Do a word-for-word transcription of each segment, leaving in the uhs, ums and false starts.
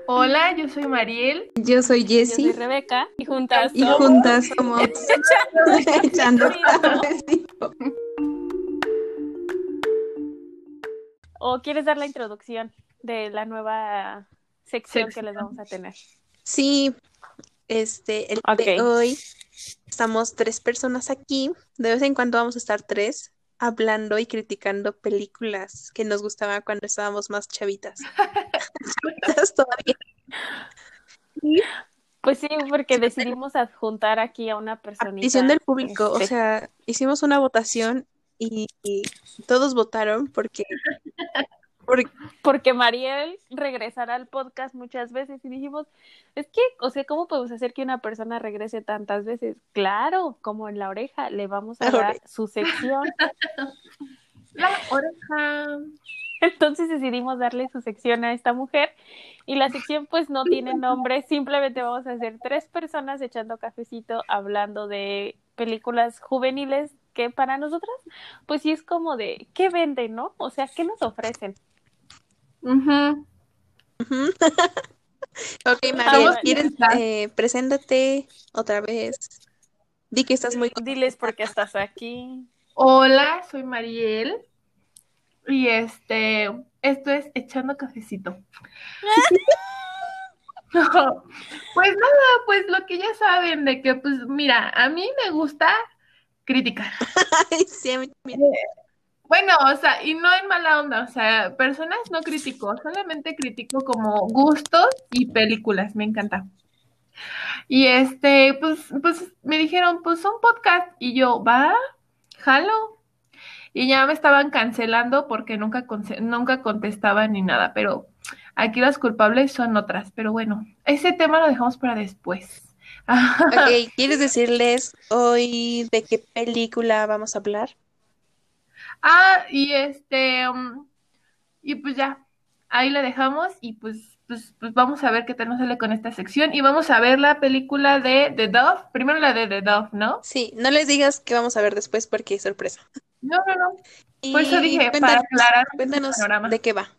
Hola, yo soy Mariel. Yo soy Yo soy Jessie Rebeca y juntas y somos juntas somos Echando Echando Cafecito. Cafecito. ¿O quieres dar la introducción de la nueva sección que Sexy. les vamos a tener? Sí, este, el Ok. de hoy estamos tres personas aquí. De vez en cuando vamos a estar tres hablando y criticando películas que nos gustaban cuando estábamos más chavitas. Chavitas todavía. Y Pues sí, porque decidimos adjuntar aquí a una a petición del personita, público, o este, sea, hicimos una votación y, y todos votaron porque, porque porque Mariel regresará al podcast muchas veces y dijimos, es que, o sea, ¿cómo podemos hacer que una persona regrese tantas veces? Claro, como en la oreja, le vamos a ahora dar su sección. La oreja. Entonces decidimos darle su sección a esta mujer y la sección pues no tiene nombre, simplemente vamos a hacer tres personas echando cafecito hablando de películas juveniles que para nosotras pues sí es como de ¿qué venden, no? O sea, ¿qué nos ofrecen? Ujú. Ujú. Ok, Ok, Mariel, Somos María, ¿quieres chiquitas. eh, preséntate otra vez? Di que estás muy diles contenta. por qué estás aquí. Hola, soy Mariel. Y este, esto es Echando Cafecito. Pues nada, pues lo que ya saben de que, pues mira, a mí me gusta criticar. Ay, sí, a mí también. Bueno, o sea, y no en mala onda, o sea, personas no critico, solamente critico como gustos y películas, me encanta. Y este, pues, pues me dijeron, pues un podcast, y yo, va, jalo. Y ya me estaban cancelando porque nunca, conce- nunca contestaban ni nada, pero aquí las culpables son otras. Pero bueno, ese tema lo dejamos para después. Ok, ¿quieres decirles hoy de qué película vamos a hablar? Ah, y este, um, y pues ya, ahí la dejamos y pues, pues, pues vamos a ver qué tal nos sale con esta sección. Y vamos a ver la película de The Dove, primero la de The Dove, ¿no? Sí, no les digas qué vamos a ver después porque es sorpresa. No, no, no. Por eso Y dije, para cuéntanos, aclarar el cuéntanos de panorama. qué va.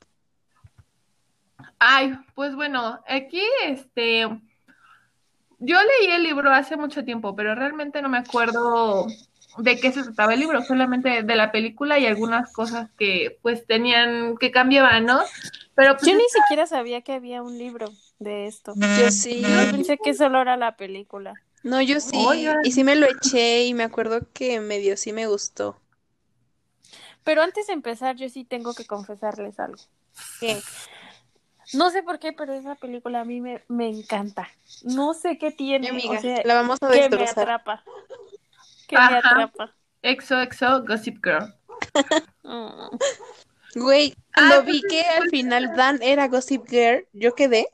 Ay, pues bueno, aquí este, yo leí el libro hace mucho tiempo, pero realmente no me acuerdo de qué se trataba el libro, solamente de la película y algunas cosas que pues tenían, que cambiaban, ¿no? Pero pues Yo ni está, siquiera sabía que había un libro de esto. Yo sí, Yo pensé que solo era la película. no, yo oye, sí, y sí me lo eché y me acuerdo que medio sí me gustó. Pero antes de empezar, yo sí tengo que confesarles algo. ¿Qué? No sé por qué, pero esa película a mí me, me encanta. No sé qué Mi tiene, o amiga, sea, la vamos a que me destrozar. atrapa, que me ajá, atrapa. exo, exo, Gossip Girl. Mm. Güey, Ay, cuando pues, vi que al pues, final Dan era Gossip Girl, yo quedé.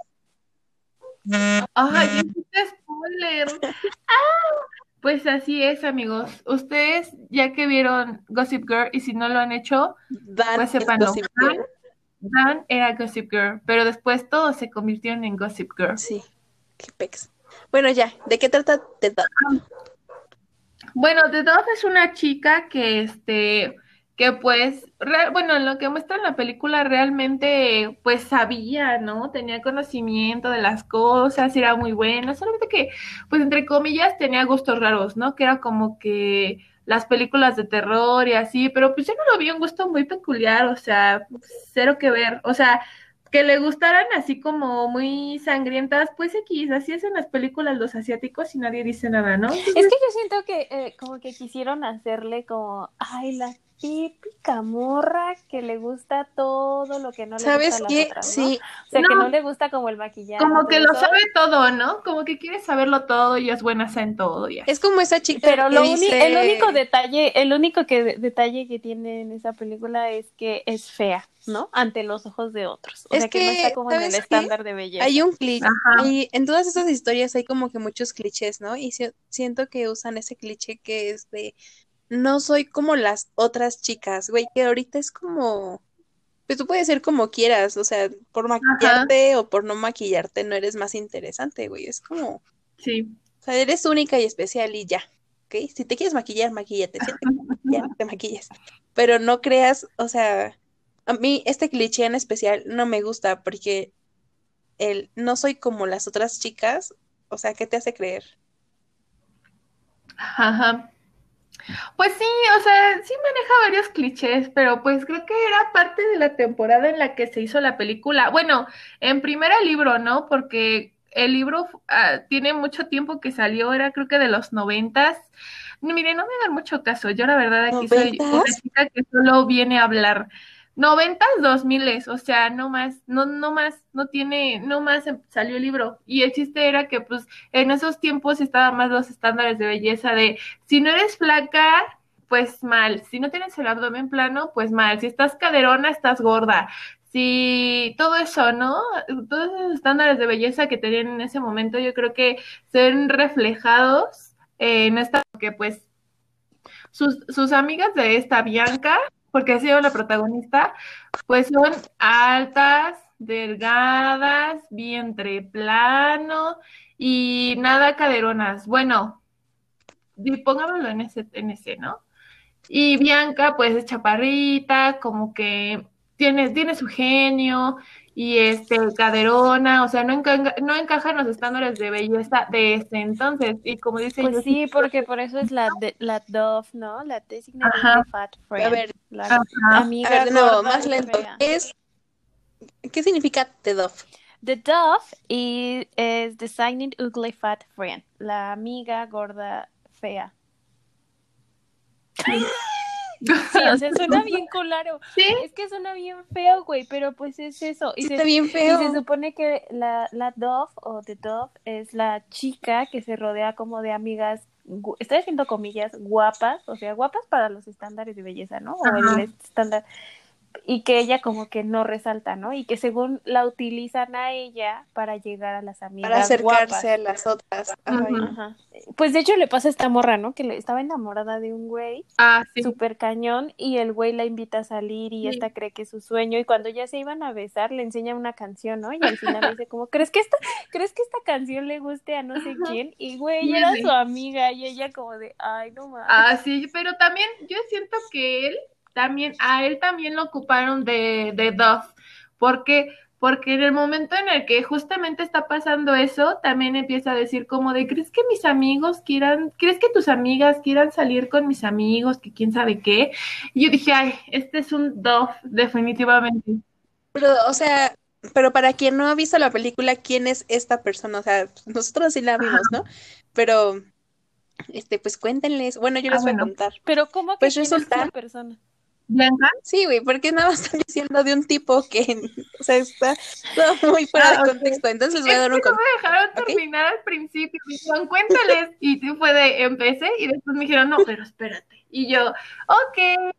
ay, ya hiciste spoiler. Pues así es, amigos. Ustedes, ya que vieron Gossip Girl, y si no lo han hecho, Dan pues es sépanlo. Gossip Dan, Girl. Dan era Gossip Girl, pero después todos se convirtieron en Gossip Girl. Sí, qué pex. Bueno, ya, ¿de qué trata The Dove? Bueno, The Dove es una chica que, este, que pues, re- bueno, en lo que muestra en la película realmente, pues sabía, ¿no? Tenía conocimiento de las cosas, era muy buena, solamente que, pues, entre comillas, tenía gustos raros, ¿no? Que era como que las películas de terror y así, pero pues yo no lo vi un gusto muy peculiar, o sea, cero que ver, o sea, que le gustaran así como muy sangrientas, pues X, así es en las películas los asiáticos y nadie dice nada, ¿no? Es Entonces, que yo siento que eh, como que quisieron hacerle como, ay, la típica morra que le gusta todo lo que no le gusta a ¿Sabes las qué? otras, ¿no? O Sí, sea, que no no, le gusta como el maquillaje y como todo que lo eso. sabe todo, ¿no? Como que quiere saberlo todo y es buena en todo y es así. como esa chica Pero que lo uni el único dice, detalle, el único que de- detalle que tiene en esa película es que es fea, ¿no? Ante los ojos de otros. O es sea, que no está que, como en el ¿sabes qué? estándar de Hay belleza. un cliché, Ajá. hay, en todas esas historias hay como que muchos clichés, ¿no? Y si- siento que usan ese cliché que es de, no soy como las otras chicas, güey, que ahorita es como, pues tú puedes ser como quieras, o sea, por Ajá, maquillarte o por no maquillarte no eres más interesante, güey, es como, o sí. sea, eres única y especial y ya, ¿ok? Si te quieres maquillar, maquíllate, si te quieres maquillar, no te maquilles, pero no creas, o sea, a mí este cliché en especial no me gusta porque el no soy como las otras chicas, o sea, ¿qué te hace creer? Ajá. Pues sí, o sea, sí maneja varios clichés, pero pues creo que era parte de la temporada en la que se hizo la película. Bueno, en primera el libro, ¿no? Porque el libro ah, tiene mucho tiempo que salió, era creo que de los noventas. No, mire, no me dan mucho caso. Yo la verdad aquí soy una ¿Noventas? chica que solo viene a hablar. Noventas, dos miles, o sea, no más, no, no más, no tiene, no más em- salió el libro. Y el chiste era que pues en esos tiempos estaban más los estándares de belleza de si no eres flaca, pues mal. Si no tienes el abdomen plano, pues mal. Si estás caderona, estás gorda. Si todo eso, ¿no? Todos esos estándares de belleza que tenían en ese momento, yo creo que se ven reflejados eh, en esta, que pues sus, sus amigas de esta Bianca, porque ha sido la protagonista, pues son altas, delgadas, vientre plano y nada caderonas. Bueno, di- pongámoslo en ese, en ese, ¿no? Y Bianca, pues es chaparrita, como que tiene, tiene su genio y este, caderona, o sea, no, enca no encaja en los estándares de belleza de ese entonces. Y como dice Pues yo, sí, porque por eso es la, de, la Dove, ¿no? La Designated ajá, Ugly Fat A Friend. ver, La ajá. a ver, amiga de nuevo, gorda más y lento. fea. ¿Qué es, qué significa T D O F? The Dove y es Designated Ugly Fat Friend. La amiga gorda fea. Sí, o sea, suena bien claro. Sí, Es que suena bien feo, güey, pero pues es eso. Y Sí, se, está bien y se feo. supone que la, la Dove o The Dove es la chica que se rodea como de amigas, gu- estoy haciendo comillas, guapas, o sea, guapas para los estándares de belleza, ¿no? O el ajá. estándar y que ella como que no resalta, ¿no? Y que según la utilizan a ella para llegar a las Para amigas acercarse guapas. a las otras. Ay, Ujú. no. Ajá. Pues de hecho le pasa a esta morra, ¿no? Que le estaba enamorada de un güey Ah, sí, súper cañón y el güey la invita a salir y sí. esta cree que es su sueño y cuando ya se iban a besar le enseña una canción, ¿no? Y al final le dice como, ¿crees que esta, ¿crees que esta canción le guste a no sé Ajá. quién? Y güey, Sí, era su sí. amiga y ella como de, ay, no mames. Ah, sí, pero también yo siento que él también, a él también lo ocuparon de, de Duff. ¿Por qué? Porque en el momento en el que justamente está pasando eso, también empieza a decir como de, ¿crees que mis amigos quieran, crees que tus amigas quieran salir con mis amigos, que quién sabe qué? Y yo dije, ay, este es un Duff, definitivamente. Pero, o sea, pero para quien no ha visto la película, ¿quién es esta persona? O sea, nosotros sí la vimos, ¿no? Pero, este, pues cuéntenles. Bueno, yo Ah, les voy a bueno. contar. Pero ¿cómo que Pues quién es esa resulta, persona? Blanca. sí, güey, porque nada más están diciendo de un tipo que, o sea, está todo muy fuera de Ah, ok. contexto. Entonces les voy Es a dar que un no me contexto, dejaron ¿ok? terminar al principio. Me dijeron, cuéntales. Y sí fue de, empecé y después me dijeron, no, pero espérate. Y yo, ok,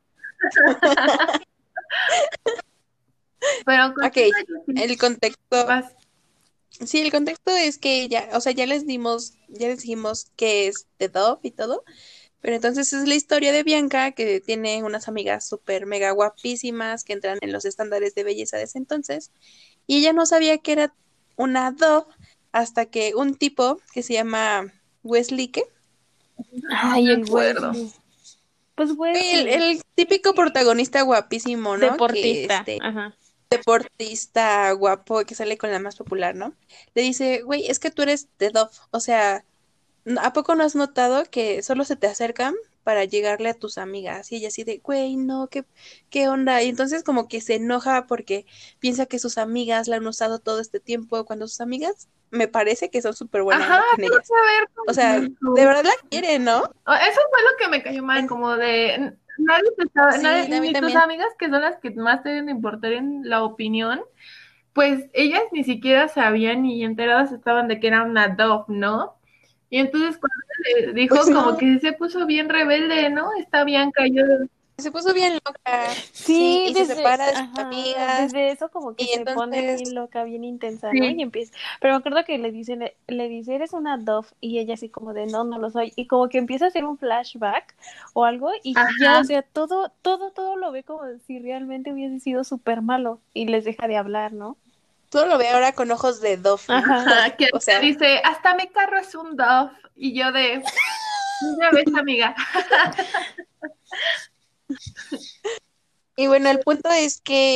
pero Ok, continúa, Justin. el contexto, Vas. sí, el contexto es que ya, o sea, ya les dimos, ya les dijimos que es The Dove y todo. Pero entonces es la historia de Bianca, que tiene unas amigas súper mega guapísimas que entran en los estándares de belleza de ese entonces. Y ella no sabía que era una dove hasta que un tipo que se llama Wesley, ¿qué? No Ay, me el acuerdo. Wesley. Pues El, Wesley, el típico protagonista guapísimo, ¿no? Que deportista. este, Ajá. deportista guapo que sale con la más popular, ¿no? Le dice, güey, es que tú eres de Dove. O sea, ¿a poco no has notado que solo se te acercan para llegarle a tus amigas? Y ella así de, güey, no, ¿qué, qué onda? Y entonces como que se enoja porque piensa que sus amigas la han usado todo este tiempo, cuando sus amigas me parece que son súper buena Ajá, onda con tengo ellas. que ver O sea, de con verdad la quieren, ¿no? oh, eso fue lo que me cayó mal, En- como de nadie te estaba, sí, nadie, a mí ni tus también. amigas que son las que más te deben importar en la opinión, pues ellas ni siquiera sabían ni enteradas estaban de que era una dove, ¿no? Y entonces cuando le Pues dijo como no, que se puso bien rebelde, ¿no? Está bien cayó. se puso bien loca, sí, Sí, y se desde, separa de sus ajá, amigas, desde eso como que y se pone entonces, bien loca, bien intensa, ¿no? Y Sí, empieza, pero me acuerdo que le dice, le, le dice, eres una Dove, y ella así como de, no, no lo soy, y como que empieza a hacer un flashback o algo, y ya, ajá, o sea, todo, todo, todo lo ve como si realmente hubiese sido súper malo, y les deja de hablar, ¿no? todo lo ve ahora con ojos de Dove, ¿no? Ajá. ajá, que O hasta sea, dice, hasta mi carro es un dove, y yo de, ya ves, amiga. y bueno, el punto es que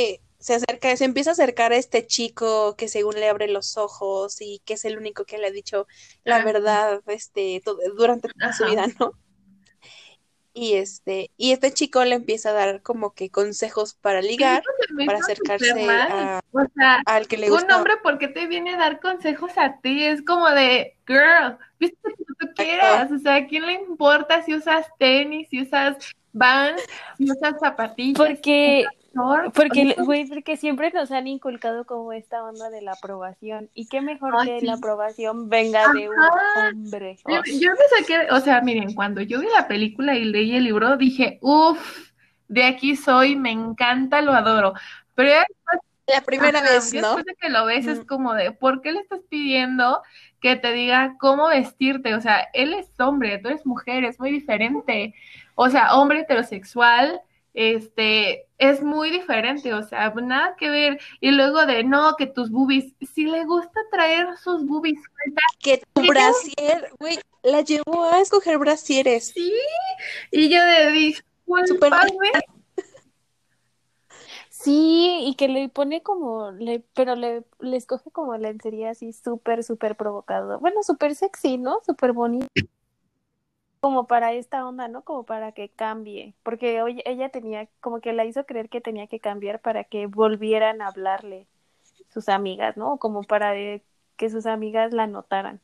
se acerca, se empieza a acercar a este chico que según le abre los ojos y que es el único que le ha dicho la Ah, verdad, este, todo- durante toda su ajá. vida, ¿no? Y este, y este chico le empieza a dar como que consejos para Y eso ligar, se me para hizo súper acercarse mal. a, O sea, al que le un gustaba. hombre, ¿por qué te viene a dar consejos a ti? Es como de, girl, viste como tú Exacto. quieras. O sea, ¿a quién le importa si usas tenis, si usas Vans, si usas zapatillas, si usas Porque, shorts? porque, güey, porque siempre nos han inculcado como esta onda de la aprobación. Y qué mejor Ay, que la sí. aprobación venga de un Ajá. hombre. Yo, Oh, yo me saqué, o sea, miren, cuando yo vi la película y leí el libro, dije, uff, de aquí soy, me encanta, lo adoro. Pero ya La primera ajá, vez, ya ¿no? después de que lo ves es Mm, como de, ¿por qué le estás pidiendo que te diga cómo vestirte? O sea, él es hombre, tú eres mujer, es muy diferente. O sea, hombre heterosexual, este, es muy diferente, o sea, nada que ver. Y luego de, no, que tus boobies, si le gusta traer sus boobies sueltas, que tu ¿qué? brasier, güey, la llevó a escoger brasieres. Sí, y yo de, Súper discúlpame. sí, y que le pone como, le, pero le, le escoge como lencería así súper, súper provocado. Bueno, súper sexy, ¿no? Súper bonito. Como para esta onda, ¿no? Como para que cambie. Porque oye, ella tenía, como que la hizo creer que tenía que cambiar para que volvieran a hablarle sus amigas, ¿no? Como para eh, que sus amigas la notaran.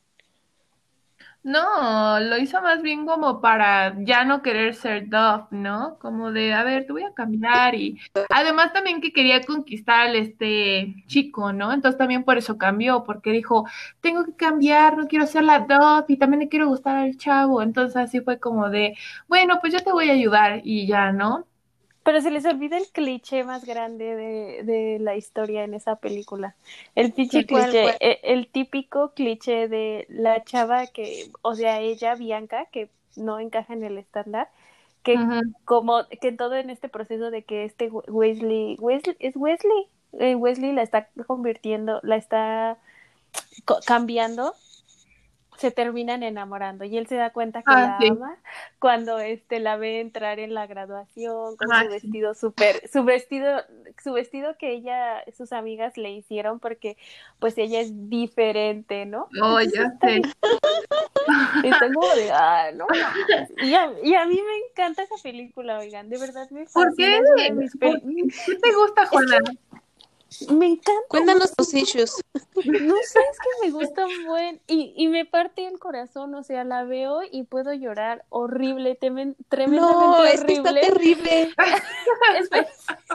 No, lo hizo más bien como para ya no querer ser Dove, ¿no? Como de, a ver, te voy a cambiar y además también que quería conquistar al este chico, ¿no? Entonces también por eso cambió, porque dijo, tengo que cambiar, no quiero ser la Dove y también le quiero gustar al chavo. Entonces así fue como de, bueno, pues yo te voy a ayudar y ya, ¿no? Pero se les olvida el cliché más grande de, de la historia en esa película. El pinche ¿Cuál, cliché, cuál? e- el, típico cliché de la chava que, o sea, ella, Bianca, que no encaja en el estándar, que Ujú. como que todo en este proceso de que este Wesley, Wesley, es Wesley, Eh, Wesley la está convirtiendo, la está co- cambiando, se terminan enamorando y él se da cuenta que Ah, la sí. ama cuando este la ve entrar en la graduación con Ah, su sí. vestido súper, su vestido, su vestido que ella, sus amigas le hicieron porque pues ella es diferente, ¿no? Oh, Entonces ya está sé. bien, está como de, ah, no mames. Y a, y a mí me encanta esa película, oigan, de verdad me ¿Por qué? fascina, es una de mis ¿Por películas, qué? ¿Qué te gusta, es que Juana? me encanta, Cuéntanos tus issues. no sé, es que me gusta un buen y, y me parte el corazón, o sea, la veo y puedo llorar horrible, temen- No, tremendamente es que está horrible. terrible. Espe-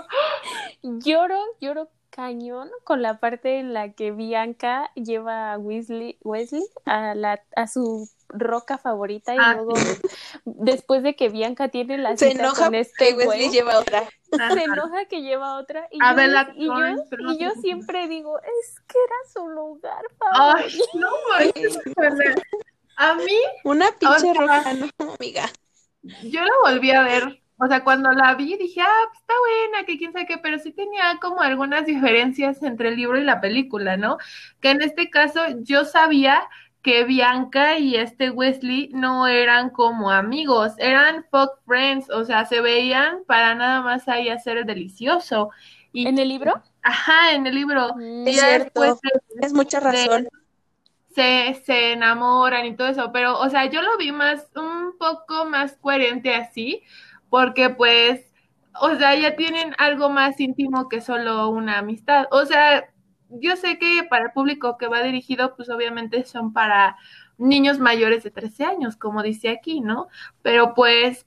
lloro, lloro cañón con la parte en la que Bianca lleva a Weasley, Wesley a la a su roca favorita y Ah, luego sí. después de que Bianca tiene la Se cita enoja con porque este Wesley güey, lleva otra. se Ajá. enoja que lleva otra y A yo Bella y yo Thorne, pero no y sé yo cómo se llama. siempre digo, es que era su lugar Ay, favorito. no manches, Juana. A mí, Una o pinche sea, roja, no, amiga. yo la volví a ver. O sea, cuando la vi dije, ah, pues está buena, que quién sabe qué, pero sí tenía como algunas diferencias entre el libro y la película, ¿no? Que en este caso yo sabía que Bianca y este Wesley no eran como amigos, eran fuck friends, o sea, se veían para nada más ahí hacer el delicioso. Y, ¿En el libro? ajá, en el libro. Y Es Mm, ya después cierto, tienes mucha de, razón. se, se enamoran y todo eso, pero, o sea, yo lo vi más, un poco más coherente así, porque pues, o sea, ya tienen algo más íntimo que solo una amistad. O sea, yo sé que para el público que va dirigido, pues obviamente son para niños mayores de trece años, como dice aquí, ¿no? Pero pues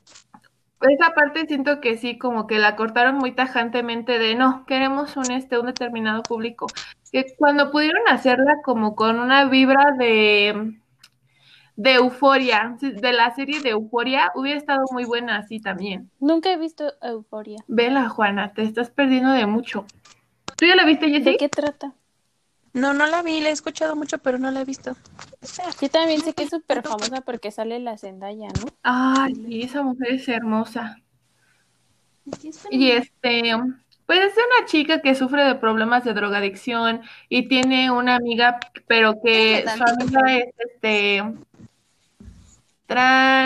esa parte siento que sí, como que la cortaron muy tajantemente de no, queremos un este, un determinado público. Que cuando pudieron hacerla como con una vibra de, de euforia, sí, de la serie de Euforia, hubiera estado muy buena así también. nunca he visto Euforia. Vela, Juana, te estás perdiendo de mucho. ¿Tú ya la viste, ¿De Jessie? qué trata? No, no la vi, la he escuchado mucho, pero no la he visto. Espera. Yo también sé que es súper famosa porque sale la Zendaya, ¿no? Ay, sí, esa mujer es hermosa. Aquí está Y mi- este, pues es una chica que sufre de problemas de drogadicción y tiene una amiga, pero Espérame que su tantito. amiga es este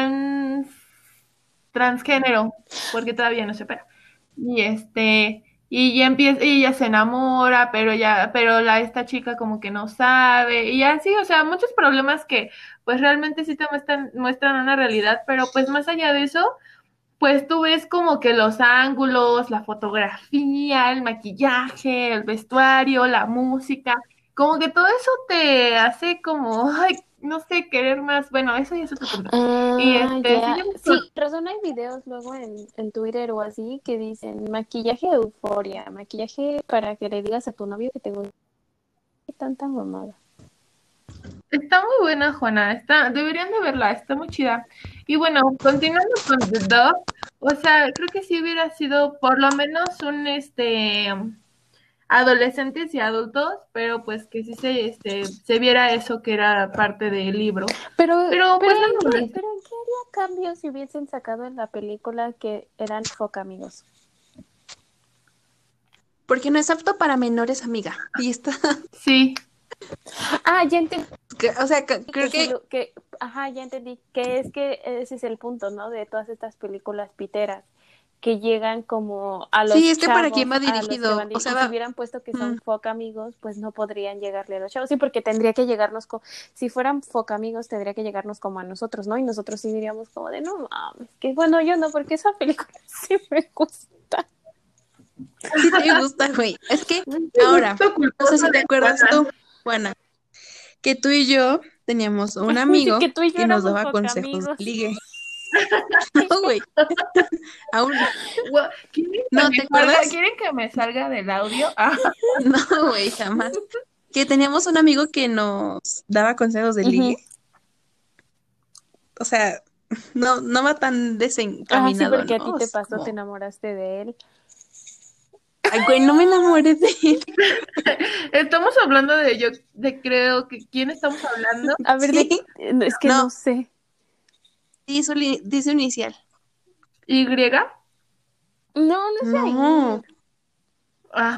trans transgénero, porque todavía no se opera. Y este, y ya empieza, y ella se enamora, pero ya, pero la esta chica como que no sabe, y así, o sea, muchos problemas que pues realmente sí te muestran, muestran una realidad, pero pues más allá de eso, pues tú ves como que los ángulos, la fotografía, el maquillaje, el vestuario, la música, como que todo eso te hace como, ay, no sé, querer más. Bueno, eso ya es otro punto. Y Ah, este, sí, ya. yo me Sí, razón hay videos luego en, en Twitter o así que dicen maquillaje de euforia, maquillaje para que le digas a tu novio que te gusta. ¿Qué tanta mamada? está muy buena, Juana. Está, deberían de verla, está muy chida. Y bueno, continuando con The Dog, o sea, creo que sí hubiera sido por lo menos un este adolescentes y adultos, pero pues que sí se este se viera eso que era parte del libro. Pero, Pero pero, pues no ¿en me qué, molesta. pero ¿en qué haría cambio si hubiesen sacado en la película que eran focamigos? Porque no es apto para menores, amiga. Y está, Sí, Ah, ya entendí que- o sea, que- que creo sí que lo que, ajá, ya entendí que es que ese es el punto, ¿no? De todas estas películas piteras que llegan como a sí, los es que para quién chavos, va a los que dirigido. van O de, sea, y si va, hubieran puesto que mm, son foca amigos, pues no podrían llegarle a los chavos, sí, porque tendría que llegarnos co si fueran foca amigos tendría que llegarnos como a nosotros, ¿no? Y nosotros sí diríamos como de no mames, que bueno, yo no, porque esa película sí me gusta. sí te gusta, güey. Es que qué ahora, gusto no sé culposo si te de acuerdas Juana. tú, Juana, que tú y yo teníamos un amigo Que tú y yo que nos éramos daba foca consejos de amigos. ligue. No, güey, aún Gua- ¿Quieren que no, ¿te me salga, acuerdas? quieren que me salga del audio? Ah, No, güey, jamás. Que teníamos un amigo que nos daba consejos de ligue. Ujú. O sea, no, no va tan Ah, sí, desencaminado, porque ¿no? a ti O te sea, pasó, te como, enamoraste de él. ay, güey, no me enamoré de él. estamos hablando de yo, de creo que quién estamos hablando. A ver, de, Sí, es que no, no sé. sí, su, li- dice inicial. Y, No, no sé ahí. No, ah,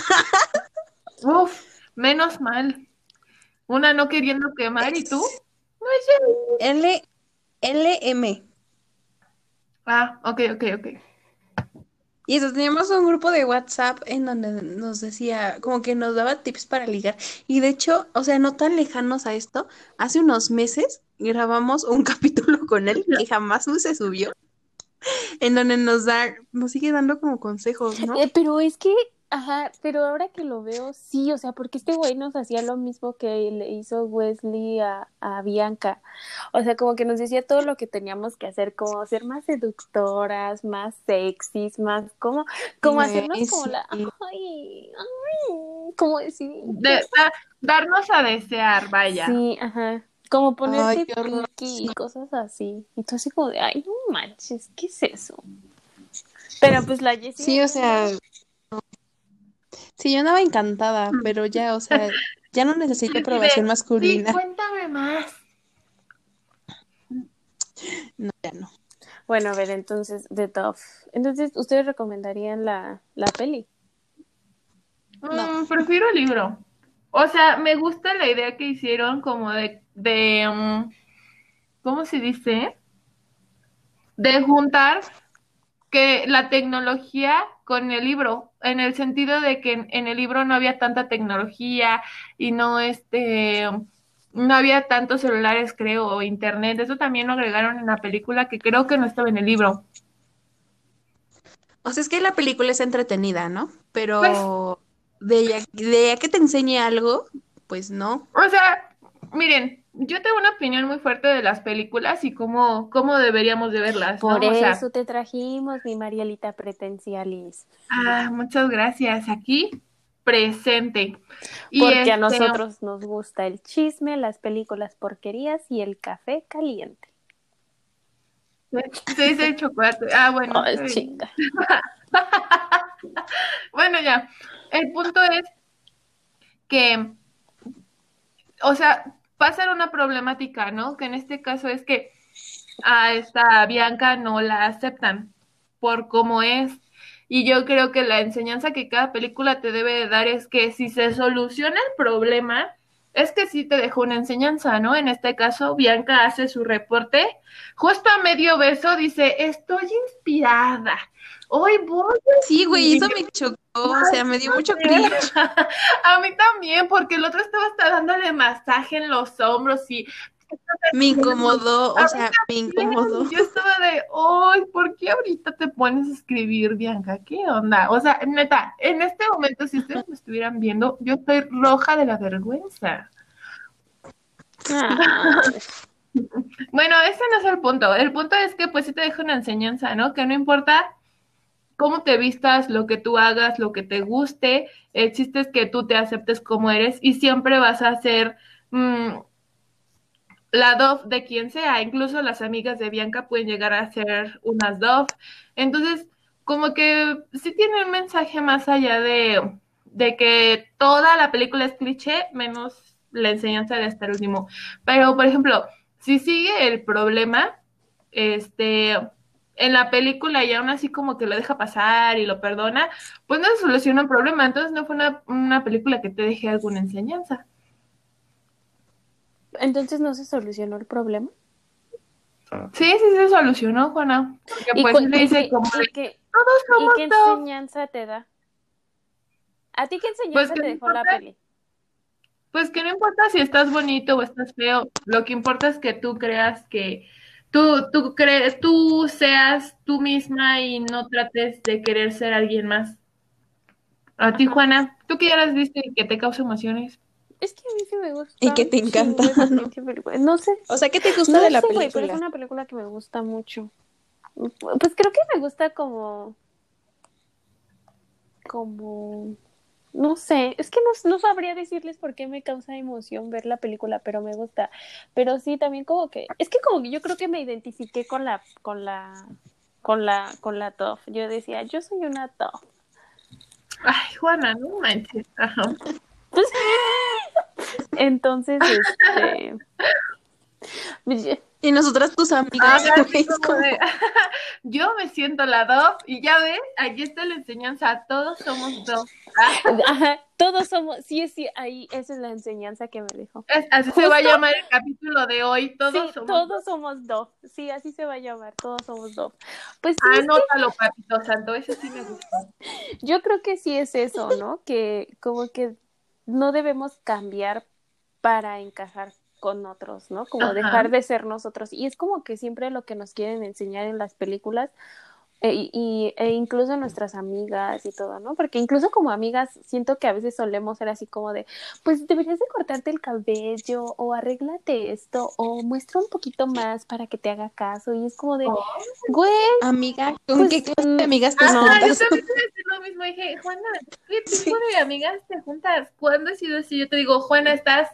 uf, menos mal. Una no queriendo quemar y tú. es No es cierto. L, L M. Ah, ok, ok, ok. Y eso, teníamos un grupo de WhatsApp en donde nos decía, como que nos daba tips para ligar. Y de hecho, o sea, no tan lejanos a esto, hace unos meses grabamos un capítulo con él que jamás se subió, en donde nos da, nos sigue dando como consejos, ¿no? Eh, pero es que, ajá, pero ahora que lo veo, sí, o sea, porque este güey nos hacía lo mismo que le hizo Wesley a, a Bianca. O sea, como que nos decía todo lo que teníamos que hacer, como ser más seductoras, más sexys, más, como, como hacernos Güey, como sí. la, ay, ay, como decir, De, da- darnos a desear, vaya. sí, ajá. Como Ay, ponerte qué horror. piqui y cosas así. Y tú así como de, ay, no manches, ¿qué es eso? Pero pues la Jessie Sí, era o bien sea, buena. sí, yo andaba encantada, pero ya, o sea, ya no necesito Así de, aprobación sí, masculina. cuéntame más. No, ya no. Bueno, a ver, entonces, The Dove. Entonces, ¿ustedes recomendarían la, la peli? No. Mm, prefiero el libro. O sea, me gusta la idea que hicieron como de, de, mm, ¿cómo se dice? De juntar que la tecnología con el libro, en el sentido de que en, en el libro no había tanta tecnología y no este no había tantos celulares, creo, o internet. Eso también lo agregaron en la película que creo que no estaba en el libro. O sea, es que la película es entretenida, ¿no? Pues, Pero de ella, de ella que te enseñe algo, pues no. o sea, miren, yo tengo una opinión muy fuerte de las películas y cómo, cómo deberíamos de verlas, Por ¿no? O sea, eso te trajimos, mi Marielita Pretencialis. ah, muchas gracias. Aquí presente. Y Porque a este, nosotros nos gusta el chisme, las películas porquerías y el café caliente. se dice el chocolate. Ah, bueno, Ay, está bien. chinga. Bueno, ya. El punto es que, o sea, pasa una problemática, ¿no? Que en este caso es que a esta Bianca no la aceptan por cómo es. Y yo creo que la enseñanza que cada película te debe de dar es que si se soluciona el problema, es que sí te dejó una enseñanza, ¿no? En este caso, Bianca hace su reporte. Justo a medio beso dice, estoy inspirada. Hoy voy a Sí, güey, eso escribir me chocó. O sea, me dio mucho cringe. A mí también, porque el otro estaba hasta dándole masaje en los hombros y Me incomodó, a o mí sea, me también, incomodó. yo estaba de, ay, ¿por qué ahorita te pones a escribir, Bianca? ¿Qué onda? O sea, neta, en este momento, si ustedes me estuvieran viendo, yo estoy roja de la vergüenza. Ah, Bueno, ese no es el punto. El punto es que pues sí te deja una enseñanza, ¿no? Que no importa cómo te vistas, lo que tú hagas, lo que te guste, el chiste es que tú te aceptes como eres y siempre vas a ser mm, la Dove de quien sea. Incluso las amigas de Bianca pueden llegar a ser unas Dove. Entonces, como que sí tiene un mensaje más allá de, de que toda la película es cliché, menos la enseñanza de hasta el último. Pero, por ejemplo, si sigue el problema, este, en la película y aún así como que lo deja pasar y lo perdona, pues no se soluciona el problema. Entonces no fue una, una película que te deje alguna enseñanza. entonces no se solucionó el problema. Sí, sí se solucionó, Juana. Porque ¿Y, pues cu- sí le y, dice qué, como y, de, qué, todos ¿Y somos qué dos. enseñanza te da? ¿A ti qué Pues enseñanza que te no dejó la importa, peli? pues que no importa si estás bonito o estás feo, lo que importa es que tú creas que tú, tú crees, tú seas tú misma y no trates de querer ser alguien más. A ti, Ajá. Juana, tú que ya las viste y que te causa emociones. Es que a mí sí me Y gusta que te un encanta, chingo esa ¿no? pinche película. No sé, O sea, ¿qué te gusta no de la sé, güey, pero es película? una película que me gusta mucho. Pues creo que me gusta como, como, no sé, es que no, no sabría decirles por qué me causa emoción ver la película, pero me gusta. Pero sí, también como que, es que como que yo creo que me identifiqué con la, con la, con la, con la T O F. Yo decía, yo soy una T O F. Ay, Juana, no manches. Ajá. Pues, entonces, este, Y nosotras tus amigas, Ahora güey, sí es como como, de, yo me siento la Dove y ya ves, aquí está la enseñanza, todos somos Dove. Ah, ajá, todos somos, sí, sí, ahí, esa es la enseñanza que me dejó. es- así se va a Justo, llamar el capítulo de hoy, todos sí, somos todos Dove. somos dos, sí, así se va a llamar, todos somos dos. Pues sí, es que Anótalo, papito santo, ese sí me gusta. yo creo que sí es eso, ¿no? Que como que no debemos cambiar para encajar con otros, ¿no? Como Ajá. dejar de ser nosotros. Y es como que siempre lo que nos quieren enseñar en las películas e, y, e incluso nuestras amigas y todo, ¿no? Porque incluso como amigas siento que a veces solemos ser así como de, pues deberías de cortarte el cabello o arréglate esto o muestra un poquito más para que te haga caso y es como de, Oh. güey, amiga, ¿con qué pues clase mm, de amigas te no, Ajá, yo juntas? también te iba a decir lo mismo. Dije, Juana, ¿qué tipo Sí. de amigas te juntas? ¿Cuándo has sido así? Yo te digo, Juana, estás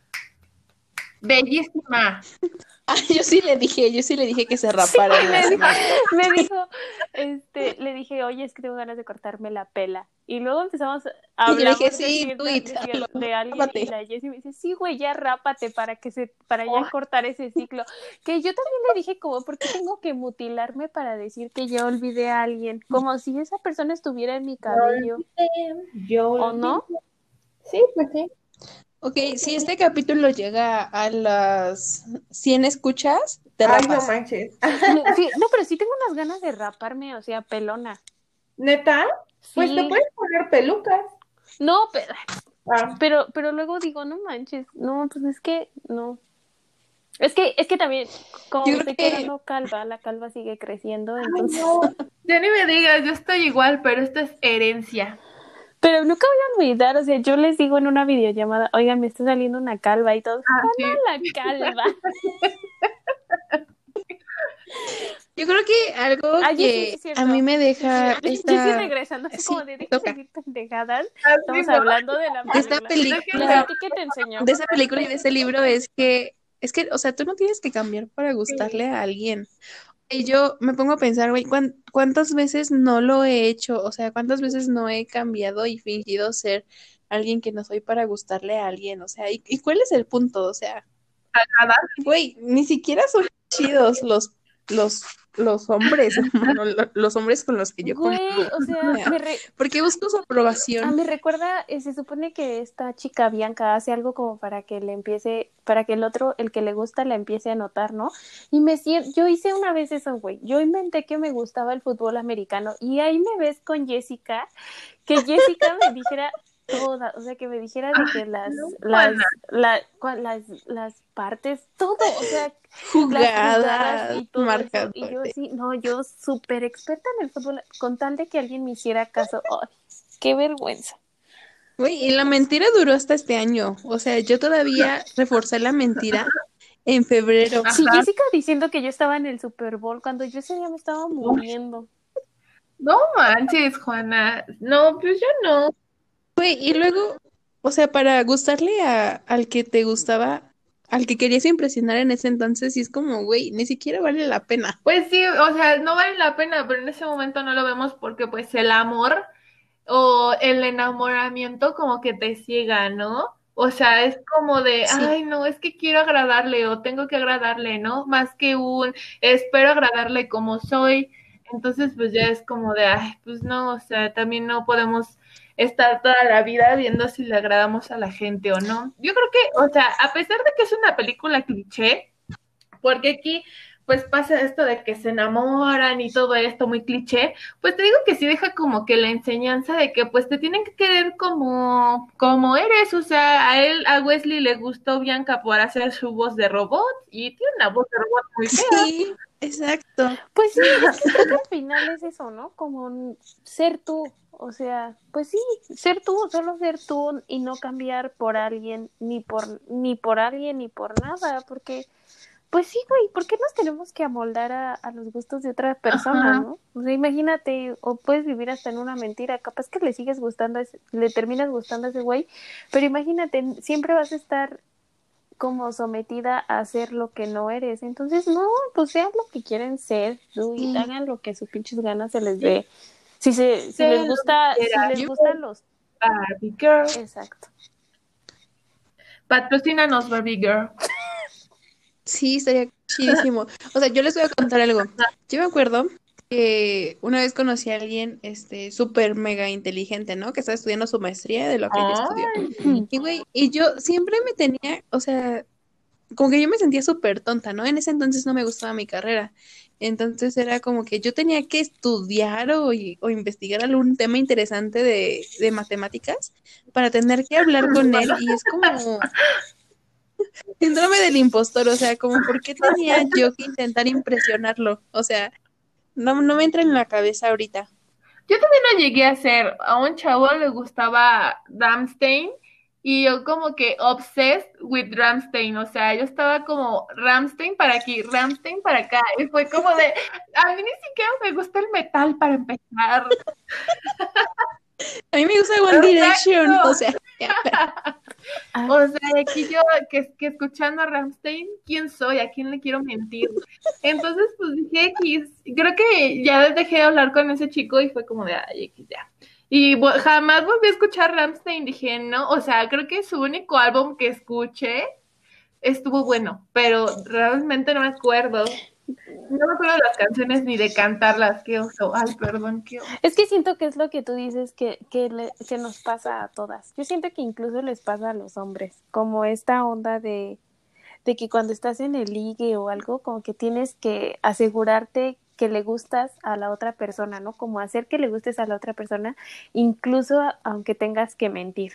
bellísima. Ah, yo sí le dije, yo sí le dije que se sí, rapara en la me dijo, semana. me dijo, este, le dije, oye, es que tengo ganas de cortarme la pela. Y luego empezamos, Y yo le dije, hablamos de sí, cierta, tweet, de, cier- hazlo, de alguien y rápate. la Jessie me dice, sí, güey, ya rápate para que se, para ya Oh, cortar ese ciclo. Que yo también le dije como, ¿por qué tengo que mutilarme para decir que ya olvidé a alguien? Como si esa persona estuviera en mi yo cabello, olvidé, yo ¿o olvidé. no? Sí, pues sí. Ok, si este capítulo llega a las cien escuchas, te Ay, no rapas. manches. No, sí, no, pero sí tengo unas ganas de raparme, o sea, pelona. ¿Neta? Pues te Sí, puedes poner pelucas. no, pero, Ah, pero, pero luego digo, no manches, no, pues es que, no. Es que, es que también, como Yo me creo estoy que, quedando calva, la calva sigue creciendo, ay, entonces. no. Ya ni me digas, yo estoy igual, pero esto es herencia. Pero nunca voy a olvidar, o sea, yo les digo en una videollamada, oigan, me está saliendo una calva y todos, Ah, sí. Juana la calva. yo creo que algo Ay, sí, sí que es a mí cierto. me Sí, sí, deja yo sí esta, regresando, así como sí, de, me deja de toca, decir pendejadas, Así estamos no. hablando de la de esta película. Déjenme Bueno, ¿a película, ti qué te enseñó? de esta película y de este libro es que, es que, o sea, tú no tienes que cambiar para gustarle a alguien. Y yo me pongo a pensar, güey, ¿cuán- ¿cuántas veces no lo he hecho? O sea, ¿cuántas veces no he cambiado y fingido ser alguien que no soy para gustarle a alguien? O sea, ¿y, y cuál es el punto? O sea, agradar. güey, ni siquiera son chidos los los, los hombres, bueno, lo- los hombres con los que yo Güey, convivo. o sea, me, re- Porque busco su ah, aprobación. me recuerda, eh, se supone que esta chica Bianca hace algo como para que le empiece, para que el otro, el que le gusta, la empiece a notar, ¿no? Y me siento, yo hice una vez eso, güey. Yo inventé que me gustaba el fútbol americano y ahí me ves con Jessica, que Jessica me dijera toda, o sea, que me dijera de que las, No, las, Juana. la, cua- las, las partes, todo, o sea, las jugadas Jugadas, y todo eso. Y yo marcadores. sí, no, yo súper experta en el fútbol, con tal de que alguien me hiciera caso. Ay, qué vergüenza. Güey, y la mentira duró hasta este año. O sea, yo todavía reforcé la mentira en febrero. Sí, Ajá. Jessica diciendo que yo estaba en el Super Bowl cuando yo ese día me estaba Uy, muriendo. no manches, Juana. No, pues yo no. Güey, y luego, o sea, para gustarle a, al que te gustaba, al que querías impresionar en ese entonces, y es como, güey, ni siquiera vale la pena. Pues sí, o sea, no vale la pena, pero en ese momento no lo vemos porque pues el amor o el enamoramiento como que te ciega, ¿no? O sea, es como de, Sí. ay, no, es que quiero agradarle o tengo que agradarle, ¿no? Más que un, espero agradarle como soy. Entonces, pues ya es como de, ay, pues no, o sea, también no podemos estar toda la vida viendo si le agradamos a la gente o no. Yo creo que, o sea, a pesar de que es una película cliché, porque aquí pues pasa esto de que se enamoran y todo esto muy cliché, pues te digo que sí deja como que la enseñanza de que pues te tienen que querer como, como eres, o sea, a él, a Wesley le gustó Bianca por hacer su voz de robot y tiene una voz de robot muy fea. Sí, exacto. Pues sí, es que creo que al final es eso, ¿no? Como ser tú, o sea, pues sí, ser tú, solo ser tú y no cambiar por alguien, ni por, ni por alguien, ni por nada, porque, pues sí, güey, ¿por qué nos tenemos que amoldar a, a los gustos de otra persona, Ajá. ¿no? O sea, imagínate, o puedes vivir hasta en una mentira, capaz que le sigues gustando, a ese- le terminas gustando a ese güey, pero imagínate, siempre vas a estar como sometida a hacer lo que no eres. Entonces, no, pues sean lo que quieren ser, ¿no? Y Sí. hagan lo que a sus pinches ganas se les Sí, dé. Si se, si sé les lo que gusta, si quieras. les Yo, gustan los, Barbie Girl. exacto. Patrocínanos, Barbie Girl. sí, estaría chidísimo. O sea, yo les voy a contar algo. Yo me acuerdo que una vez conocí a alguien, este, súper mega inteligente, ¿no? Que estaba estudiando su maestría de lo que ella estudió. Ay, Y, güey, y yo siempre me tenía, o sea, como que yo me sentía súper tonta, ¿no? En ese entonces no me gustaba mi carrera. Entonces era como que yo tenía que estudiar o, y- o investigar algún tema interesante de, de matemáticas para tener que hablar con él. Y es como síndrome del impostor, o sea, como por qué tenía yo que intentar impresionarlo. O sea, no, no me entra en la cabeza ahorita. yo también lo llegué a hacer. A un chavo le gustaba Ramstein y yo como que obsessed with Ramstein. O sea, yo estaba como Ramstein para aquí, Ramstein para acá. Y fue como de, a mí ni siquiera me gusta el metal para empezar. A mí me gusta One Direction, o Exacto. sea, ya, Ah, O sea, aquí yo que, que escuchando a Ramstein, ¿quién soy? ¿A quién le quiero mentir? Entonces, pues dije X. Creo que ya dejé de hablar con ese chico y fue como de, ay, X ya. Y bu- jamás volví a escuchar Ramstein. Dije, no, o sea, creo que su único álbum que escuché estuvo bueno, pero realmente no me acuerdo. No me acuerdo de las canciones ni de cantarlas. Qué oso. Ay, perdón, qué oso. es que siento que es lo que tú dices que, que, le, que nos pasa a todas. Yo siento que incluso les pasa a los hombres, como esta onda de, de que cuando estás en el ligue o algo, como que tienes que asegurarte que le gustas a la otra persona, ¿no? Como hacer que le gustes a la otra persona, incluso a- aunque tengas que mentir.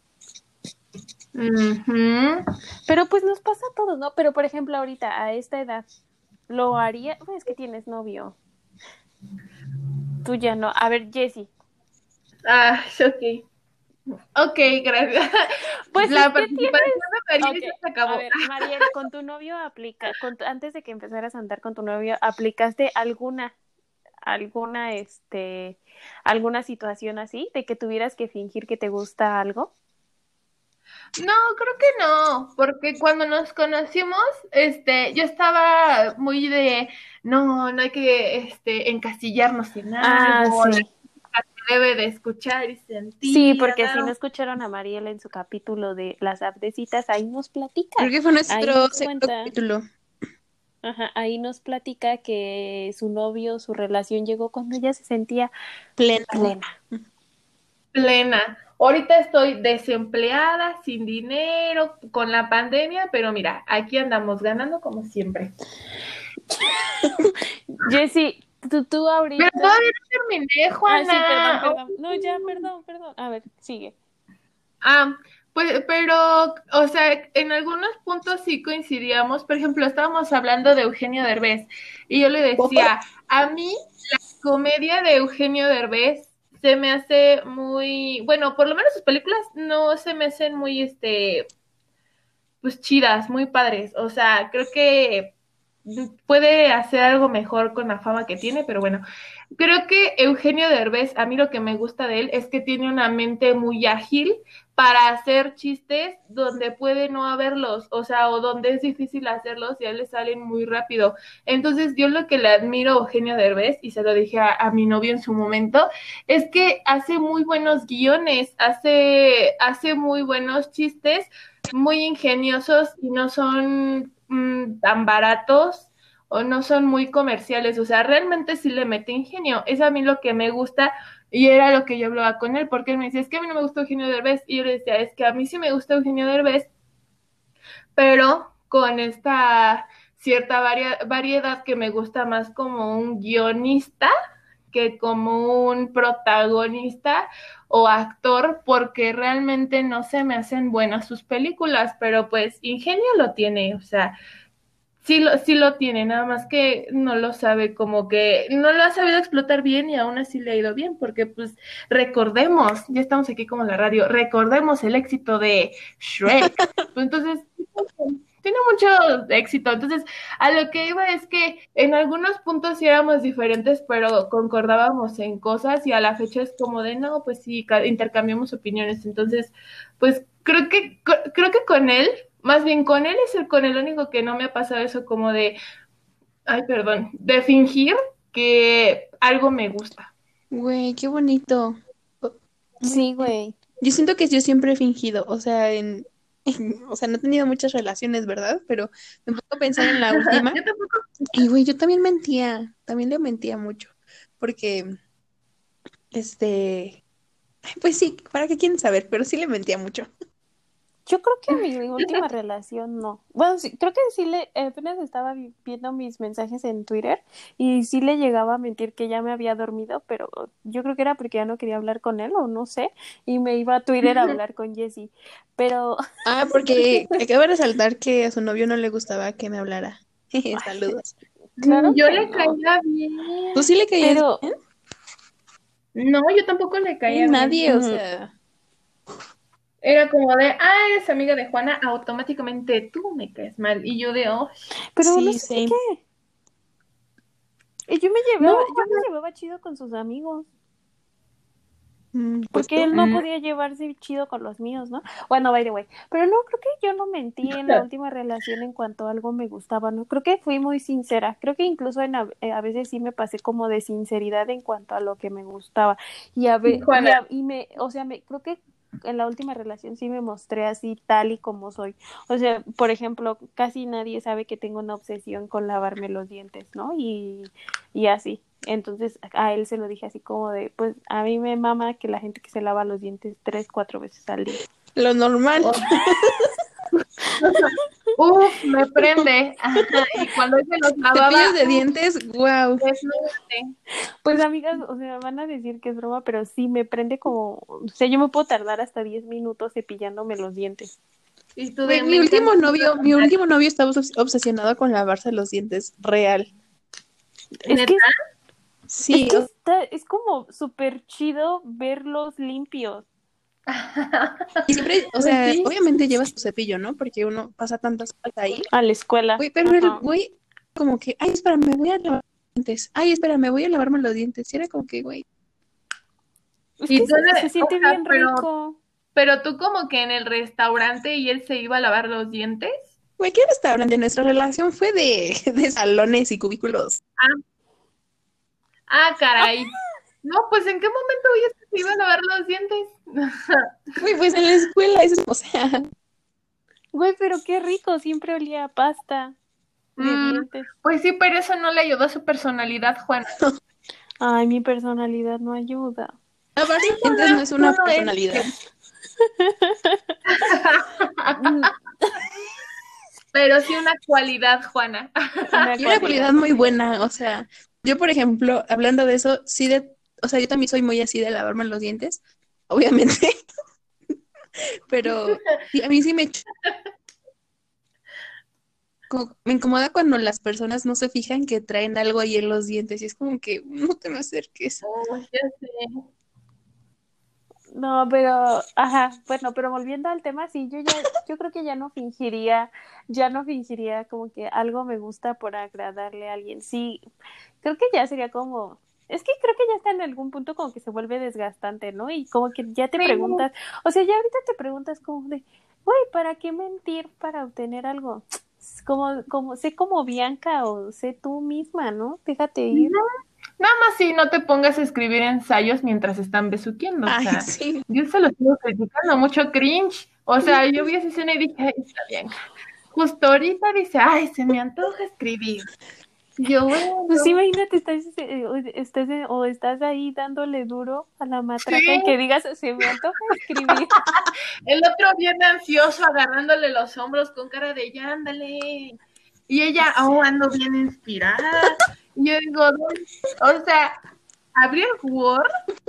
Ujú. Pero pues nos pasa a todos, ¿no? Pero por ejemplo, ahorita, a esta edad, ¿lo haría? Pues es que tienes novio. Tú ya no. A ver, Jessie. Ah, ok. Ok, gracias. Pues es La que participación de tienes. María Ok, ya se a acabó. ver, Mariel, con tu novio aplica, con tu- antes de que empezaras a andar con tu novio, ¿aplicaste alguna, alguna, este, alguna situación así, de que tuvieras que fingir que te gusta algo? No, creo que no, porque cuando nos conocimos, este, yo estaba muy de, no, no hay que, este, encasillarnos en Ah, algo, la sí. chica se debe de escuchar y Sí, sentir, porque si no andar. escucharon a Mariel en su capítulo de las app de citas, ahí nos platica, creo que fue ahí nuestro nos segundo cuenta. capítulo. Ajá, ahí nos platica que su novio, su relación llegó cuando ella se sentía Plena. plena. Plena. Ahorita estoy desempleada, sin dinero, con la pandemia, pero mira, aquí andamos ganando como siempre. Jessie, tú, tú Pero ahorita. todavía no terminé, Ah, sí, perdón, Juana. perdón. No, ya, perdón, perdón. A ver, sigue. Ah, pues, pero, o sea, en algunos puntos sí coincidíamos. Por ejemplo, estábamos hablando de Eugenio Derbez y yo le decía, a mí la comedia de Eugenio Derbez se me hace muy, bueno, por lo menos sus películas no se me hacen muy, este, pues chidas, muy padres. O sea, creo que puede hacer algo mejor con la fama que tiene, pero bueno, creo que Eugenio Derbez, a mí lo que me gusta de él es que tiene una mente muy ágil para hacer chistes donde puede no haberlos, o sea, o donde es difícil hacerlos y a él le salen muy rápido. Entonces, yo lo que le admiro a Eugenio Derbez, y se lo dije a, a mi novio en su momento, es que hace muy buenos guiones, hace, hace muy buenos chistes, muy ingeniosos y no son mm, tan baratos o no son muy comerciales, o sea, realmente sí le mete ingenio. Es a mí lo que me gusta y era lo que yo hablaba con él, porque él me decía, es que a mí no me gusta Eugenio Derbez, y yo le decía, es que a mí sí me gusta Eugenio Derbez, pero con esta cierta varia variedad que me gusta más como un guionista que como un protagonista o actor, porque realmente no se me hacen buenas sus películas, pero pues ingenio lo tiene, o sea, sí lo, sí lo tiene, nada más que no lo sabe, como que no lo ha sabido explotar bien y aún así le ha ido bien, porque pues recordemos, ya estamos aquí como en la radio, recordemos el éxito de Shrek. Pues entonces, tiene mucho éxito. Entonces, a lo que iba es que en algunos puntos sí éramos diferentes, pero concordábamos en cosas y a la fecha es como de, no, pues sí, intercambiamos opiniones. Entonces, pues creo que, creo que con él, más bien con él es el con el único que no me ha pasado eso como de, ay, perdón, de fingir que algo me gusta. Güey, qué bonito. Sí, güey. Yo siento que yo siempre he fingido, o sea, en, en- o sea, no he tenido muchas relaciones, ¿verdad? Pero me pongo a pensar en la última. Yo tampoco. Y güey, yo también mentía, también le mentía mucho, porque, este, ay, pues sí, ¿para qué quieren saber? Pero sí le mentía mucho. Yo creo que mi última relación no. Bueno, sí, creo que sí le, apenas estaba vi- viendo mis mensajes en Twitter y sí le llegaba a mentir que ya me había dormido, pero yo creo que era porque ya no quería hablar con él o no sé, y me iba a Twitter a hablar con Jessie. Pero, Ah, porque acabo de resaltar que a su novio no le gustaba que me hablara. Saludos. claro Yo que le no. caía bien. ¿Tú sí le caías Pero, bien? No, yo tampoco le caía bien. Nadie, o ujú, sea, Era como de, ah, eres amiga de Juana, automáticamente tú me caes mal. Y yo de, oh, pero no sí, sé por sí. qué. Y Yo me no, llevaba, yo me llevaba chido con sus amigos. Mm, pues Porque tú. él no mm, podía llevarse chido con los míos, ¿no? Bueno, by the way. Pero no, creo que yo no mentí en la última relación en cuanto a algo me gustaba, ¿no? Creo que fui muy sincera. Creo que incluso en a, eh, a veces sí me pasé como de sinceridad en cuanto a lo que me gustaba. Y a ve, y, Juana, a- y me, o sea, me, creo que en la última relación sí me mostré así tal y como soy. O sea, por ejemplo, casi nadie sabe que tengo una obsesión con lavarme los dientes, ¿no? Y, y así. Entonces a él se lo dije así como de, pues a mí me mama que la gente que se lava los dientes tres, cuatro veces al día. Lo normal. oh, uf, me prende. Ajá, y cuando él se los lavaba, Cepillos de uf, dientes, wow. desnúdate. Pues amigas, o sea, van a decir que es broma, pero sí me prende como, o sea, yo me puedo tardar hasta diez minutos cepillándome los dientes. Y tú Güey, de, me mi último encanta. novio, mi último novio estaba obs- obsesionado con lavarse los dientes, real. Es que, Neta, es Sí, que o, está, es como súper chido verlos limpios. y siempre, o pues sea, sí. obviamente llevas tu cepillo, ¿no? Porque uno pasa tantas horas ahí. A la escuela. Güey, pero el Ajá. güey, como que, ay, espera, me voy a lavar los dientes. Ay, espera, me voy a lavarme los dientes. Y era como que, güey, Es que Y tú, se, se de- o siente sea, bien pero, rico. pero tú como que en el restaurante y él se iba a lavar los dientes. güey, ¿qué restaurante? Nuestra relación fue de, de salones y cubículos. Ah, ah, caray. No, pues ¿en qué momento viste que se iba a lavar los dientes? Güey, pues en la escuela, eso, o sea, Güey, pero qué rico, siempre olía a pasta. de Mm, dientes. pues sí, pero eso no le ayudó a su personalidad, Juana. Ay, mi personalidad no ayuda. Lavar Sí, dientes no Juana, es tú una no personalidad. eres. Mm, Pero sí una cualidad, Juana. Una Y una cualidad. cualidad muy buena, o sea, yo por ejemplo, hablando de eso, sí de, o sea, yo también soy muy así de lavarme los dientes, obviamente, pero sí, a mí sí me, ch- como- me incomoda cuando las personas no se fijan que traen algo ahí en los dientes y es como que no te me acerques. Oh, ya sé. No, pero, ajá, bueno, pero volviendo al tema, sí, yo ya, yo creo que ya no fingiría, ya no fingiría como que algo me gusta por agradarle a alguien. Sí, creo que ya sería como, es que creo que ya está en algún punto como que se vuelve desgastante, ¿no? Y como que ya te Sí, preguntas, o sea, ya ahorita te preguntas como de, güey, ¿para qué mentir para obtener algo? Como, como, sé como Bianca o sé tú misma, ¿no? Déjate ir. no, nada más si no te pongas a escribir ensayos mientras están besuqueando, o Ay, sea, sí. yo se lo sigo criticando, mucho cringe. O sea, yo vi esa escena y dije, ay, está bien. Justo ahorita dice, ay, se me antoja escribir. Y yo, Pues bueno, imagínate, estás, eh, o estás, eh, o estás ahí dándole duro a la matraca y sí. que digas, se me antoja escribir. El otro bien ansioso, agarrándole los hombros con cara de ya, ándale. Y ella, oh, ando bien inspirada. Y yo digo, "Doy". O sea, abrí el Word,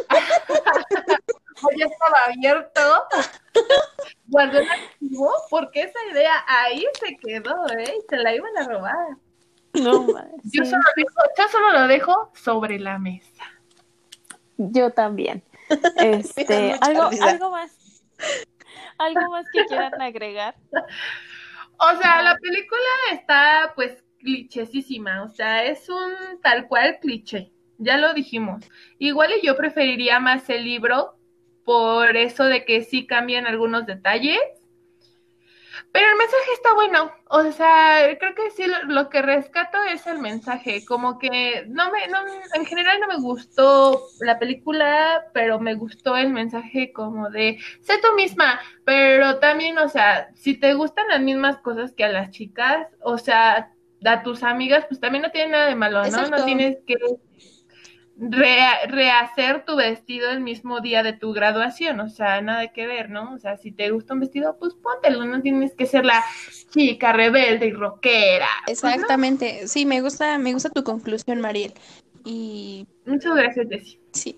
o ya estaba abierto, guardé el archivo, porque esa idea ahí se quedó, ¿eh? Y se la iban a robar. No, ma, Yo solo, sí, dejo, yo solo lo dejo sobre la mesa. yo también. Me da Este, mucha algo, risa. algo más, algo más que quieran agregar. O sea, la película está pues clichésísima, o sea, es un tal cual cliché, ya lo dijimos. Igual y yo preferiría más el libro por eso de que sí cambian algunos detalles, pero el mensaje está bueno, o sea, creo que sí lo, lo que rescato es el mensaje, como que no me, no, en general no me gustó la película, pero me gustó el mensaje como de, sé tú misma, pero también, o sea, si te gustan las mismas cosas que a las chicas, o sea, a tus amigas, pues también no tiene nada de malo, ¿no? No Exacto. tienes que re- rehacer tu vestido el mismo día de tu graduación, o sea, nada que ver, ¿no? O sea, si te gusta un vestido, pues póntelo, no tienes que ser la chica rebelde y rockera, pues no. Exactamente. Sí, me gusta, me gusta tu conclusión, Mariel. Y Muchas gracias, Jessy. sí.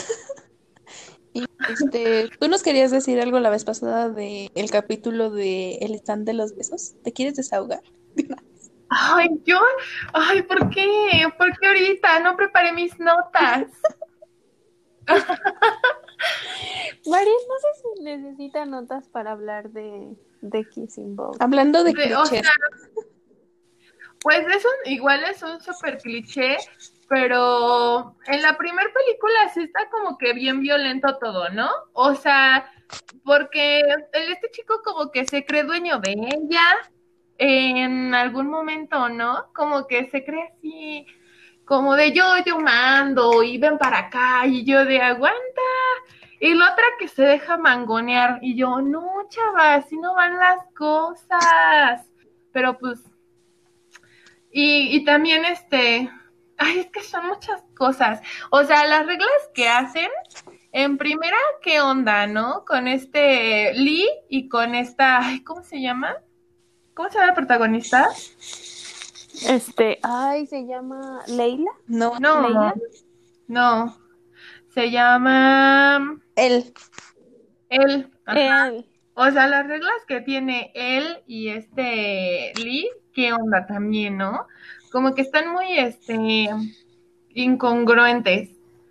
Y este, tú nos querías decir algo la vez pasada de el capítulo de El stand de los besos. ¿Te quieres desahogar? Ay, yo, ay, ¿por qué? ¿Por qué ahorita? No preparé mis notas. María, no sé si necesita notas para hablar de, de Kissing Both. Hablando de De, o clichés. sea, pues es un, igual es un súper cliché, pero en la primera película sí está como que bien violento todo, ¿no? O sea, porque el, este chico como que se cree dueño de ella en algún momento, ¿no? Como que se cree así, como de yo, yo mando y ven para acá y yo de aguanta. Y la otra que se deja mangonear y yo, no, chava, así no van las cosas. Pero pues y, y también este, ay, es que son muchas cosas. O sea, las reglas que hacen, en primera, ¿qué onda, no? Con este Lee y con esta, ay, ¿cómo se llama? ¿Cómo se llama la protagonista? Este, ay, se llama Leila. No, No, Leila. no, se llama él. él. Ajá. Él. O sea, las reglas que tiene él y este Lee, ¿qué onda también, no? Como que están muy, este, incongruentes.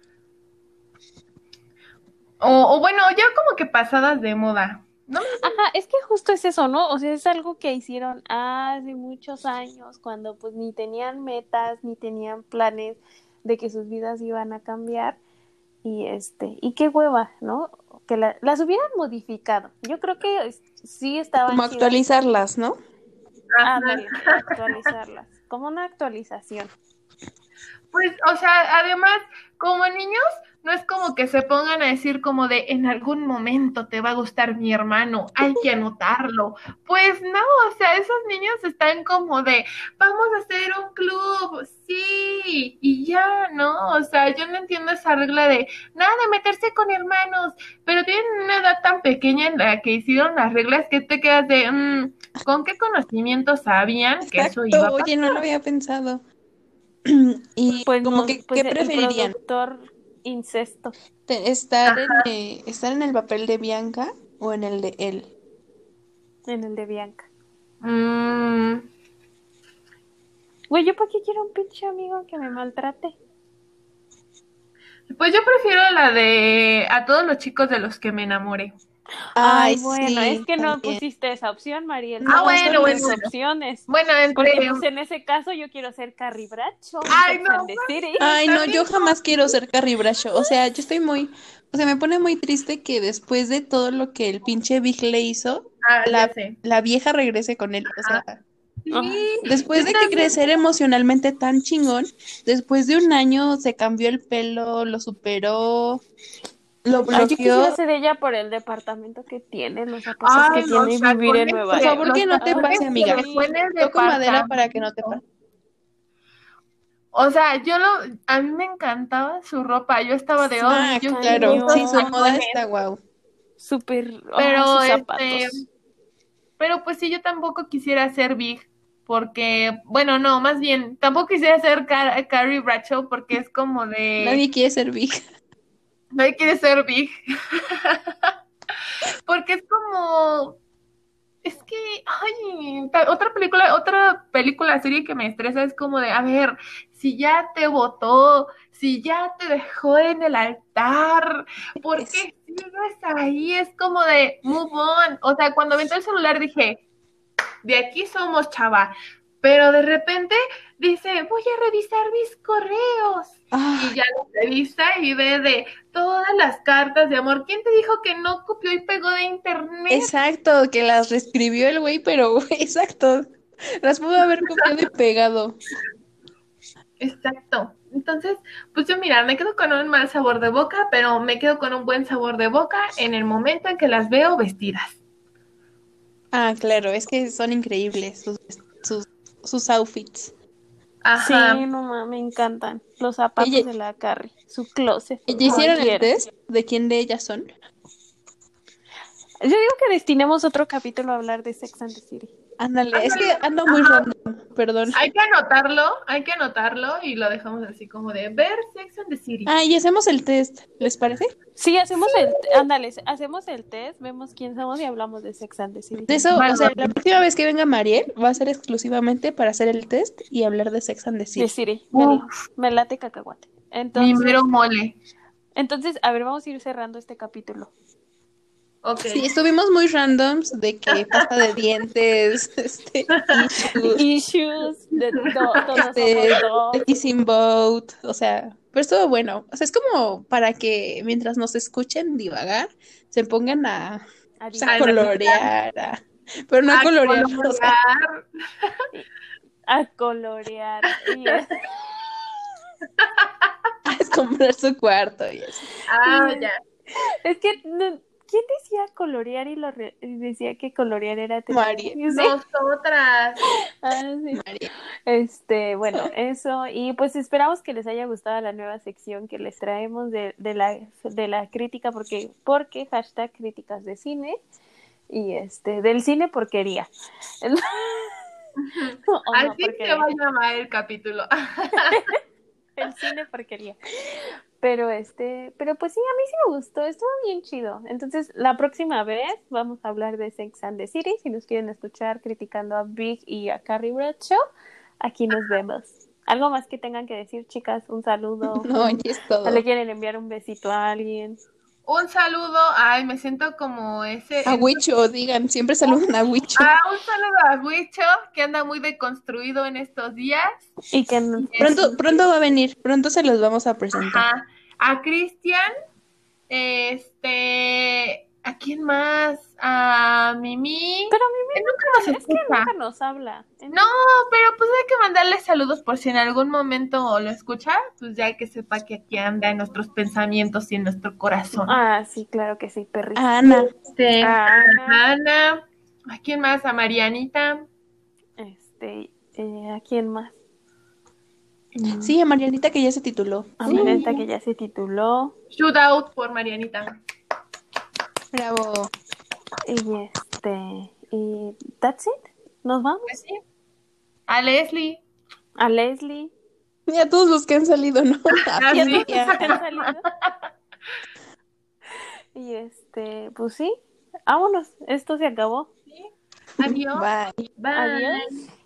O, o bueno, ya como que pasadas de moda. No me... Ajá, es que justo es eso, ¿no? O sea, es algo que hicieron hace muchos años, cuando pues ni tenían metas, ni tenían planes de que sus vidas iban a cambiar. Y este, y qué hueva, ¿no? Que la- las hubieran modificado. Yo creo que es- sí Como estaban chidas. actualizarlas, ¿no? Ándale, Ajá. actualizarlas. Como una actualización. Pues, o sea, además, como niños, no es como que se pongan a decir como de en algún momento te va a gustar mi hermano, hay que anotarlo. Pues no, o sea, esos niños están como de vamos a hacer un club, sí, y ya, ¿no? O sea, yo no entiendo esa regla de nada de meterse con hermanos, pero tienen una edad tan pequeña en la que hicieron las reglas que te quedas de, mm, ¿con qué conocimientos sabían que eso iba Exacto, a oye, pasar? no lo había pensado. Y Pues como no, que, pues ¿qué el preferirían? productor incesto. Te- ¿Estar en, Ajá. eh, estar en el papel de Bianca o en el de él? En el de Bianca. Mm, Güey, ¿yo para qué quiero un pinche amigo que me maltrate? pues yo prefiero la de a todos los chicos de los que me enamoré. Ay, Ay, bueno, es sí, que no también. pusiste esa opción, Mariel. No, Ah, Todas bueno, son bueno, mis solo bueno. opciones. Bueno, Porque entre... pues en ese caso yo quiero ser Carrie Bradshaw en Ay, Sex no, and the City. pues Ay, no, también yo jamás quiero ser Carrie Bradshaw. O sea, yo estoy muy, o sea, me pone muy triste que después de todo lo que el pinche Big le hizo, ah, ya la, sé. la vieja regrese con él. O sea, Ay, Sí, sí. yo después de que también. crecer emocionalmente tan chingón, después de un año se cambió el pelo, lo superó, lo Ay, yo quisiera bloqueó. ser ella por el departamento que tiene, los zapatos que Ay, tiene y los vivir en tacones Nueva Por que, York. favor, los que no te Ay, tacones pase, que amiga. dejó sí. en el Toco madera para que no te departamento. pase. O sea, yo lo, a mí me encantaba su ropa. Yo estaba de, Sí, ay, Ah, yo quiero claro. Sí, esos su cañón. moda tacones. está guau. Súper. Ay, Pero sus este, zapatos. pero pues sí, yo tampoco quisiera ser Big, porque, bueno, no, más bien, tampoco quisiera ser Car Carrie Bradshaw porque es como de, Nadie quiere ser Big. no quiere ser Big, porque es como, es que, ay, ta- otra película, otra película, serie que me estresa es como de, a ver, si ya te votó, si ya te dejó en el altar, ¿por Es- qué sigues ahí? Es como de, move on. O sea, cuando aventó el celular dije, de aquí somos, chava. Pero de repente dice, voy a revisar mis correos. Ah, Y ya lo revisa y ve de todas las cartas de amor. ¿Quién te dijo que no copió y pegó de internet? exacto, que las reescribió el güey, pero exacto. Las pudo haber copiado y pegado. Exacto. Entonces, pues yo mira, me quedo con un mal sabor de boca, pero me quedo con un buen sabor de boca en el momento en que las veo vestidas. Ah, claro, es que son increíbles sus, sus, sus outfits. Sí, Ajá. no mames, me encantan. Los zapatos Ella, de la Carrie, su closet, ¿ya como hicieron el quiera. test de quién de ellas son? Yo digo que destinemos otro capítulo a hablar de Sex and the City. Ándale, es que Ándale. ando muy random, perdón. Hay que anotarlo, hay que anotarlo y lo dejamos así como de ver Sex and the City. Ah, y hacemos el test, ¿les parece? Sí, hacemos el, ándale, hacemos el test, vemos quién somos y hablamos de Sex and the City. De eso, Vale, o sea, vale. la próxima vez que venga Mariel va a ser exclusivamente para hacer el test y hablar de Sex and the De City. City, me, Uf, me late cacahuate. mi Entonces, mero mole. entonces, a ver, vamos a ir cerrando este capítulo. Ok. Sí, estuvimos muy randoms de que pasta de dientes, este, issues, Issues, de to- todos este, somos dos. The Kissing Boat, o sea, pero estuvo bueno. O sea, es como para que mientras nos escuchen divagar, se pongan a, pues, a Ay, colorear, a- pero no a a colorear, o sea, colorear. A colorear. Y es- a escombrar su cuarto y eso. Ah, ya. Es que, no- ¿quién decía colorear y lo re- y decía que colorear era tener? María, ¿Sí? Nosotras. Ah, sí. María. Este, bueno, eso, y pues esperamos que les haya gustado la nueva sección que les traemos de, de la, de la crítica, porque, porque hashtag críticas de cine, y este, del cine porquería. O no Así se porquería. va a llamar el capítulo. El cine porquería. Pero este, pero pues sí, a mí sí me gustó, estuvo bien chido. Entonces, la próxima vez vamos a hablar de Sex and the City. Si nos quieren escuchar criticando a Big y a Carrie Bradshaw, aquí nos vemos. ¿Algo más que tengan que decir, chicas? Un saludo. No, un- ya es ¿O todo. le quieren enviar un besito a alguien? Un saludo. Ay, me siento como ese. A ese- Huicho, digan, siempre saludan a Huicho. Ah, un saludo a Wicho, que anda muy deconstruido en estos días. Y que n- Pronto, pronto va a venir, pronto se los vamos a presentar. Ajá. A Cristian, este, ¿a quién más? A Mimi. Pero Mimi nunca nos es que escucha. nunca nos habla. No, pero pues hay que mandarle saludos por si en algún momento lo escucha, pues ya que sepa que aquí anda en nuestros pensamientos y en nuestro corazón. Ah, sí, claro que sí, perrito. Ana. Este, A a Ana. Ana. ¿A quién más? A Marianita. Este, eh, ¿a quién más? Sí, a Marianita que ya se tituló. A Marianita que ya se tituló. Shootout por Marianita. Bravo. Y este, y that's it. ¿Nos vamos? Pues sí. A Leslie. A Leslie. Y a todos los que han salido, ¿no? Ah, ¿Y a sí. todos los que han salido? Y este, pues sí, vámonos, esto se acabó. Adiós. Bye. Bye. Adiós.